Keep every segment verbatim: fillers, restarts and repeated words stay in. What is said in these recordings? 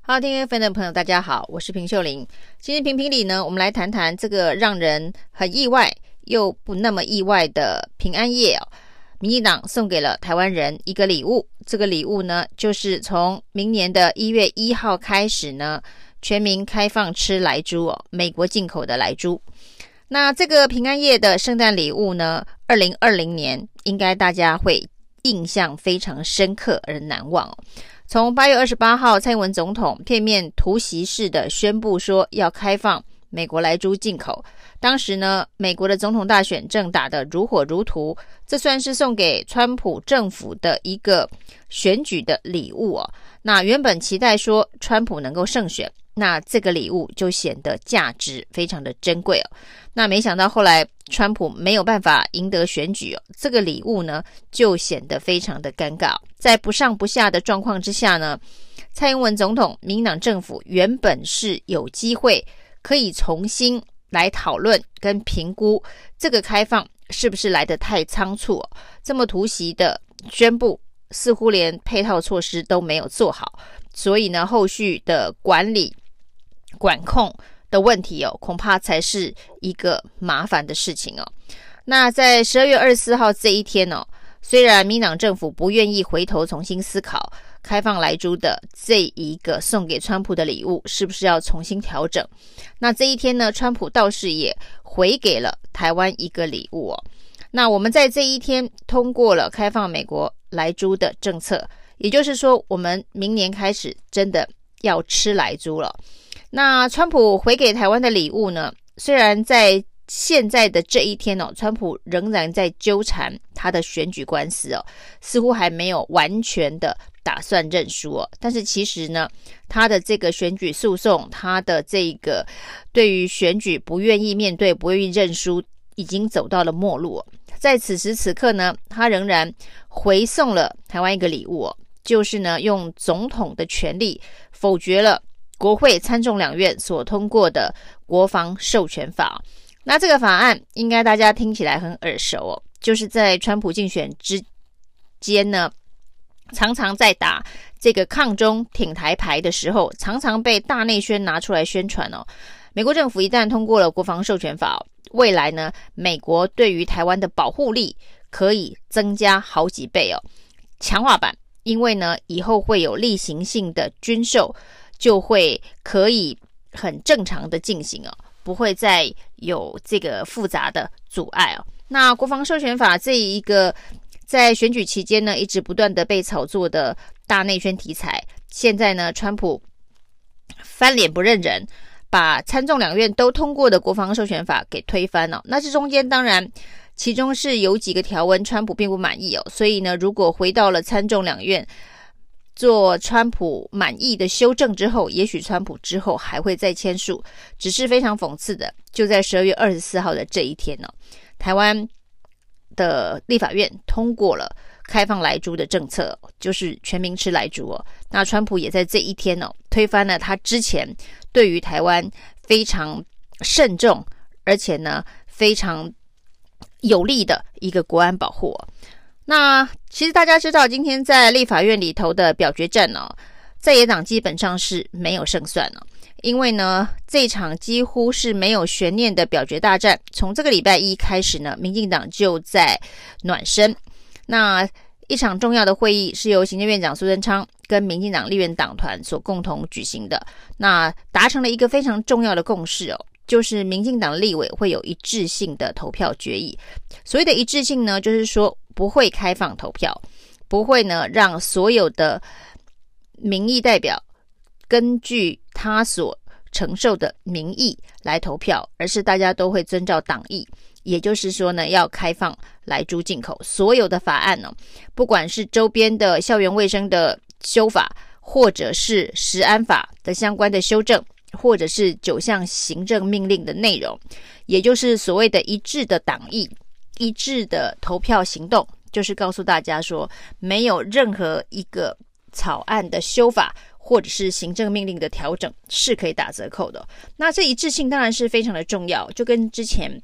好，听 F M 的朋友大家好，我是平秀玲。今天评评理呢，我们来谈谈这个让人很意外又不那么意外的平安夜哦。民进党送给了台湾人一个礼物，这个礼物呢，就是从明年的一月一号开始呢，全民开放吃莱猪哦，美国进口的莱猪。那这个平安夜的圣诞礼物呢，二零二零年应该大家会印象非常深刻而难忘哦。从八月二十八号，蔡英文总统片面突袭式的宣布说要开放美国莱猪进口。当时呢，美国的总统大选正打得如火如荼，这算是送给川普政府的一个选举的礼物哦。那原本期待说川普能够胜选，那这个礼物就显得价值非常的珍贵哦。那没想到后来川普没有办法赢得选举哦，这个礼物呢就显得非常的尴尬。在不上不下的状况之下呢，蔡英文总统、民进党政府原本是有机会可以重新来讨论跟评估这个开放是不是来得太仓促哦，这么突袭的宣布，似乎连配套措施都没有做好，所以呢，后续的管理管控的问题哦，恐怕才是一个麻烦的事情哦。那在十二月二十四号这一天哦，虽然民进党政府不愿意回头重新思考开放莱猪的这一个送给川普的礼物是不是要重新调整，那这一天呢，川普倒是也回给了台湾一个礼物哦。那我们在这一天通过了开放美国莱猪的政策，也就是说我们明年开始真的要吃莱猪了。那川普回给台湾的礼物呢，虽然在现在的这一天哦，川普仍然在纠缠他的选举官司哦，似乎还没有完全的打算认输哦。但是其实呢，他的这个选举诉讼，他的这个对于选举不愿意面对、不愿意认输，已经走到了末路哦。在此时此刻呢，他仍然回送了台湾一个礼物哦，就是呢，用总统的权力否决了国会参众两院所通过的国防授权法。那这个法案应该大家听起来很耳熟哦，就是在川普竞选之间呢，常常在打这个抗中挺台牌的时候，常常被大内宣拿出来宣传哦。美国政府一旦通过了国防授权法，未来呢，美国对于台湾的保护力可以增加好几倍哦，强化版，因为呢，以后会有例行性的军售，就会可以很正常的进行哦，不会再有这个复杂的阻碍哦。那国防授权法这一个在选举期间呢，一直不断的被炒作的大内宣题材，现在呢，川普翻脸不认人，把参众两院都通过的国防授权法给推翻了。那这中间当然其中是有几个条文川普并不满意哦，所以呢，如果回到了参众两院做川普满意的修正之后，也许川普之后还会再签署。只是非常讽刺的，就在十二月二十四号的这一天呢、哦，台湾的立法院通过了开放莱猪的政策，就是全民吃莱猪哦。那川普也在这一天哦，推翻了他之前对于台湾非常慎重，而且呢非常有力的一个国安保护哦。那其实大家知道，今天在立法院里头的表决战哦，在野党基本上是没有胜算哦，因为呢，这场几乎是没有悬念的表决大战，从这个礼拜一开始呢，民进党就在暖身。那一场重要的会议是由行政院长苏贞昌跟民进党立院党团所共同举行的，那达成了一个非常重要的共识哦，就是民进党立委会有一致性的投票决议。所谓的一致性呢，就是说不会开放投票，不会呢让所有的民意代表根据他所承受的民意来投票，而是大家都会遵照党意。也就是说呢，要开放莱猪进口，所有的法案呢、哦，不管是周边的校园卫生的修法，或者是食安法的相关的修正，或者是九项行政命令的内容，也就是所谓的一致的党意、一致的投票行动，就是告诉大家说，没有任何一个草案的修法或者是行政命令的调整是可以打折扣的。那这一致性当然是非常的重要，就跟之前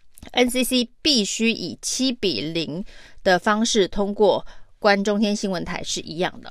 N C C 必须以七比零的方式通过关中天新闻台是一样的。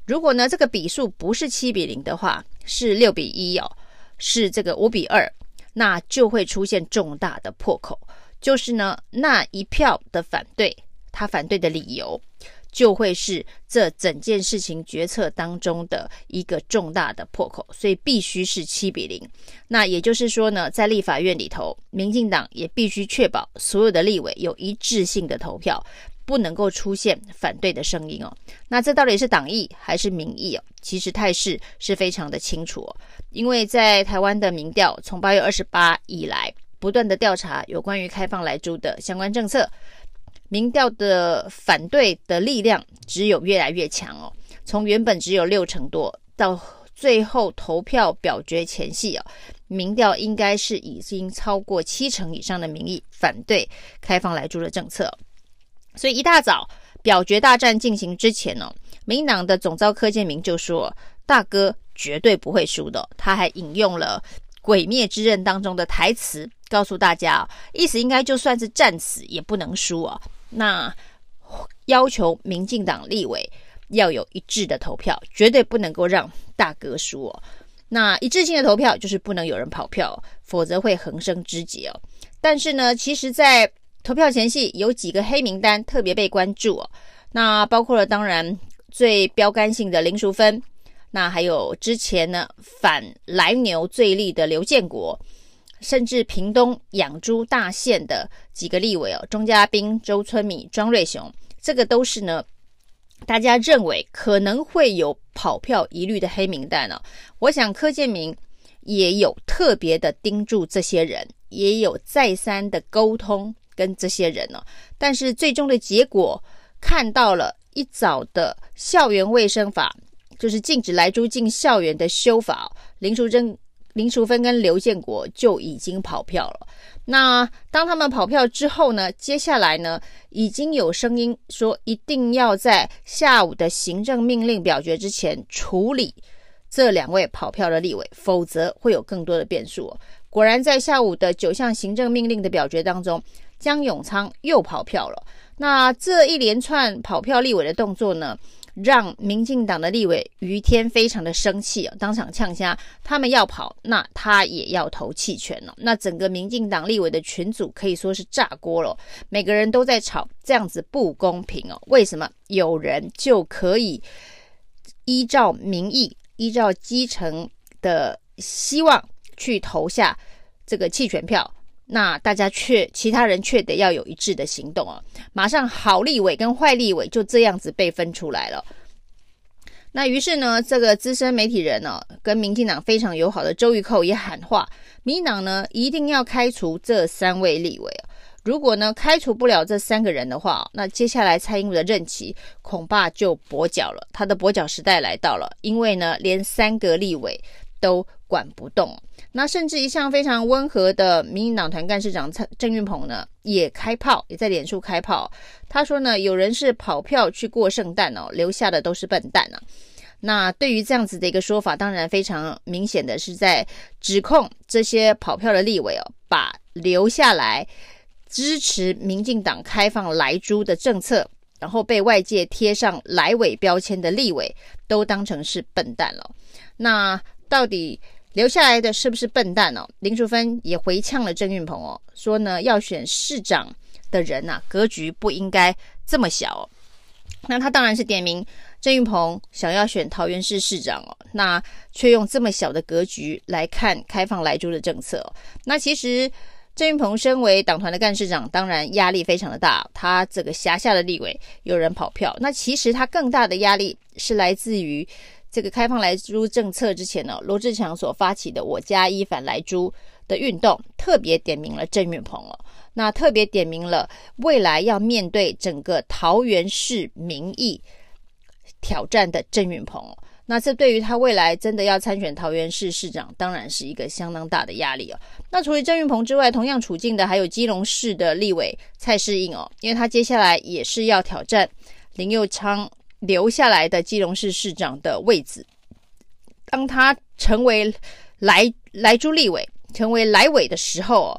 如果呢这个比数不是七比零的话，是六比一哦，是这个五比二，那就会出现重大的破口，就是呢那一票的反对，他反对的理由就会是这整件事情决策当中的一个重大的破口，所以必须是七比零。那也就是说呢，在立法院里头，民进党也必须确保所有的立委有一致性的投票，不能够出现反对的声音哦。那这到底是党意还是民意哦？其实态势是非常的清楚哦，因为在台湾的民调从八月二十八以来，不断的调查有关于开放莱猪的相关政策。民调的反对的力量只有越来越强哦，从原本只有六成多，到最后投票表决前夕哦，民调应该是已经超过七成以上的民意反对开放莱猪的政策。所以一大早表决大战进行之前哦，民进党的总召柯建铭就说，大哥绝对不会输的，他还引用了鬼灭之刃当中的台词，告诉大家、哦、意思应该就算是战死也不能输哦。那要求民进党立委要有一致的投票，绝对不能够让大哥输哦。那一致性的投票就是不能有人跑票，否则会横生枝节哦。但是呢，其实在投票前夕有几个黑名单特别被关注哦。那包括了当然最标杆性的林淑芬，那还有之前呢反来牛最力的刘建国，甚至屏东养猪大县的几个立委哦，钟嘉宾、周春米、庄瑞雄，这个都是呢大家认为可能会有跑票疑虑的黑名单哦。我想柯建铭也有特别的盯住这些人，也有再三的沟通跟这些人哦。但是最终的结果看到了一早的校园卫生法，就是禁止莱猪进校园的修法、哦，林淑珍。林淑芬跟刘建国就已经跑票了。那当他们跑票之后呢，接下来呢，已经有声音说一定要在下午的行政命令表决之前处理这两位跑票的立委，否则会有更多的变数哦。果然在下午的九项行政命令的表决当中，江永昌又跑票了。那这一连串跑票立委的动作呢，让民进党的立委于天非常的生气、哦、当场呛瞎，他们要跑，那他也要投弃权了、哦。那整个民进党立委的群组可以说是炸锅了、哦，每个人都在吵，这样子不公平哦。为什么有人就可以依照民意、依照基层的希望去投下这个弃权票？那大家却其他人却得要有一致的行动哦，马上好立委跟坏立委就这样子被分出来了。那于是呢，这个资深媒体人呢、哦，跟民进党非常友好的周玉蔻也喊话，民进党呢一定要开除这三位立委、哦、如果呢开除不了这三个人的话，那接下来蔡英文的任期恐怕就跛脚了，他的跛脚时代来到了，因为呢连三个立委都管不动。那甚至一向非常温和的民进党团干事长郑运鹏呢，也开炮，也在脸书开炮。他说呢，有人是跑票去过圣诞哦，留下的都是笨蛋啊。那对于这样子的一个说法，当然非常明显的是在指控这些跑票的立委哦，把留下来支持民进党开放莱猪的政策，然后被外界贴上莱委标签的立委，都当成是笨蛋了。那到底留下来的是不是笨蛋哦？林淑芬也回呛了郑运鹏哦，说呢要选市长的人啊，格局不应该这么小哦。那他当然是点名郑运鹏想要选桃园市市长哦，那却用这么小的格局来看开放莱猪的政策哦。那其实郑运鹏身为党团的干事长，当然压力非常的大，他这个辖下的立委有人跑票，那其实他更大的压力是来自于这个开放莱猪政策之前呢，罗智强所发起的我家一反莱猪的运动，特别点名了郑运鹏哦，那特别点名了未来要面对整个桃园市民意挑战的郑运鹏哦，那这对于他未来真的要参选桃园市市长，当然是一个相当大的压力哦。那除了郑运鹏之外，同样处境的还有基隆市的立委蔡适应哦，因为他接下来也是要挑战林右昌留下来的基隆市市长的位置。当他成为莱莱猪立委，成为莱委的时候哦，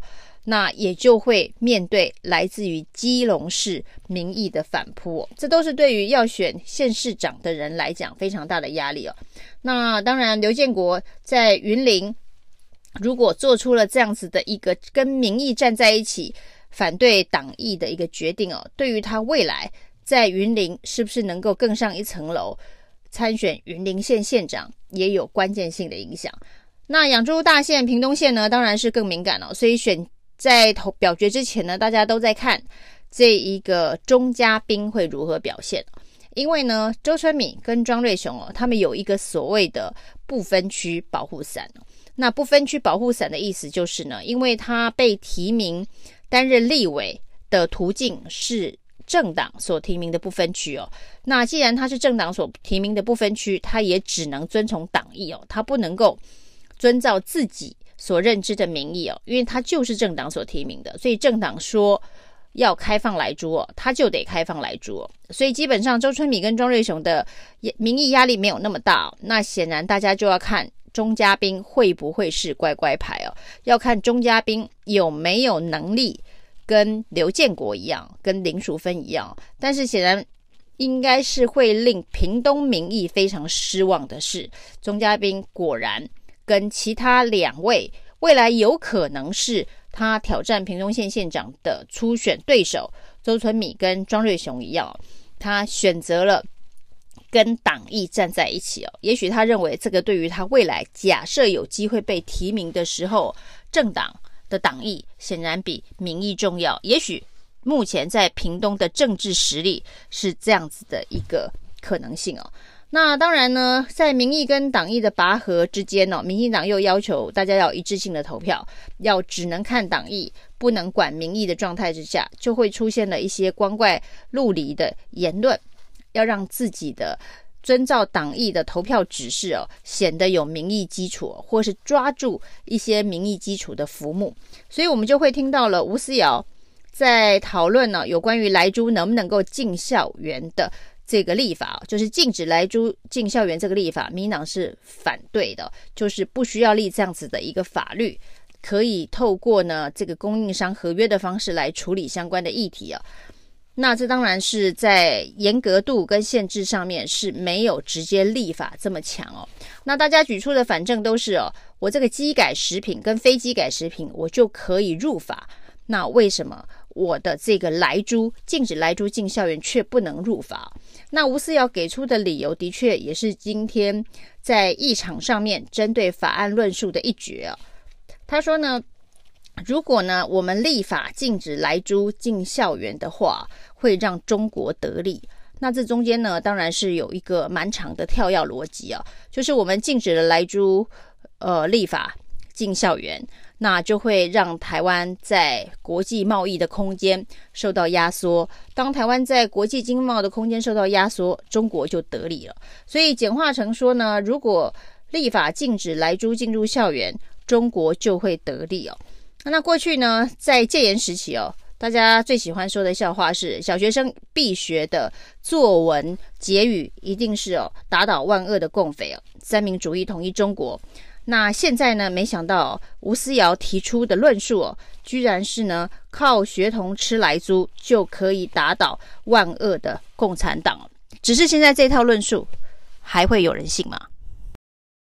那也就会面对来自于基隆市民意的反扑哦，这都是对于要选县市长的人来讲非常大的压力哦。那当然刘建国在云林如果做出了这样子的一个跟民意站在一起反对党意的一个决定哦，对于他未来在云林是不是能够更上一层楼参选云林县县长也有关键性的影响。那养猪大县屏东县呢当然是更敏感哦，所以选在投表决之前呢，大家都在看这一个钟嘉宾会如何表现。因为呢，周春米跟庄瑞雄哦，他们有一个所谓的不分区保护伞。那不分区保护伞的意思就是呢，因为他被提名担任立委的途径是政党所提名的不分区哦。那既然他是政党所提名的不分区，他也只能遵从党意哦，他不能够遵照自己所认知的民意哦，因为他就是政党所提名的，所以政党说要开放莱猪哦，他就得开放莱猪哦。所以基本上周春米跟庄瑞雄的民意压力没有那么大哦。那显然大家就要看钟嘉宾会不会是乖乖牌哦，要看钟嘉宾有没有能力跟刘建国一样，跟林淑芬一样。但是显然应该是会令屏东民意非常失望的是，钟嘉宾果然跟其他两位未来有可能是他挑战屏东县县长的初选对手周春米跟庄瑞雄一样，他选择了跟党意站在一起哦。也许他认为这个对于他未来假设有机会被提名的时候，政党的党意显然比民意重要。也许目前在屏东的政治实力是这样子的一个可能性哦。那当然呢，在民意跟党意的拔河之间哦，民进党又要求大家要一致性的投票，要只能看党意不能管民意的状态之下，就会出现了一些光怪陆离的言论，要让自己的遵照党意的投票指示哦，显得有民意基础，或是抓住一些民意基础的浮木。所以我们就会听到了吴思瑶在讨论呢、哦、有关于莱猪能不能够进校园的这个立法，就是禁止莱猪进校园这个立法，民进党是反对的，就是不需要立这样子的一个法律，可以透过呢这个供应商合约的方式来处理相关的议题啊。那这当然是在严格度跟限制上面是没有直接立法这么强哦。那大家举出的反正都是哦，我这个基改食品跟非基改食品我就可以入法，那为什么我的这个莱猪禁止莱猪进校园却不能入法？那吴思瑶给出的理由的确也是今天在议场上面针对法案论述的一绝啊。他说呢，如果呢我们立法禁止莱猪进校园的话，会让中国得利。那这中间呢当然是有一个蛮长的跳跃逻辑啊，就是我们禁止了莱猪呃立法进校园，那就会让台湾在国际贸易的空间受到压缩。当台湾在国际经贸的空间受到压缩，中国就得利了。所以简化成说呢，如果立法禁止莱猪进入校园，中国就会得利哦。那过去呢，在戒严时期哦，大家最喜欢说的笑话是，小学生必学的作文结语一定是哦，打倒万恶的共匪哦，三民主义统一中国。那现在呢，没想到、哦、吴思瑶提出的论述哦，居然是呢靠学童吃莱猪就可以打倒万恶的共产党、哦、只是现在这套论述还会有人信吗？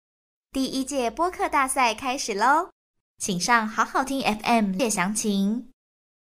第一届播客大赛开始咯，请上好好听 F M 列详情。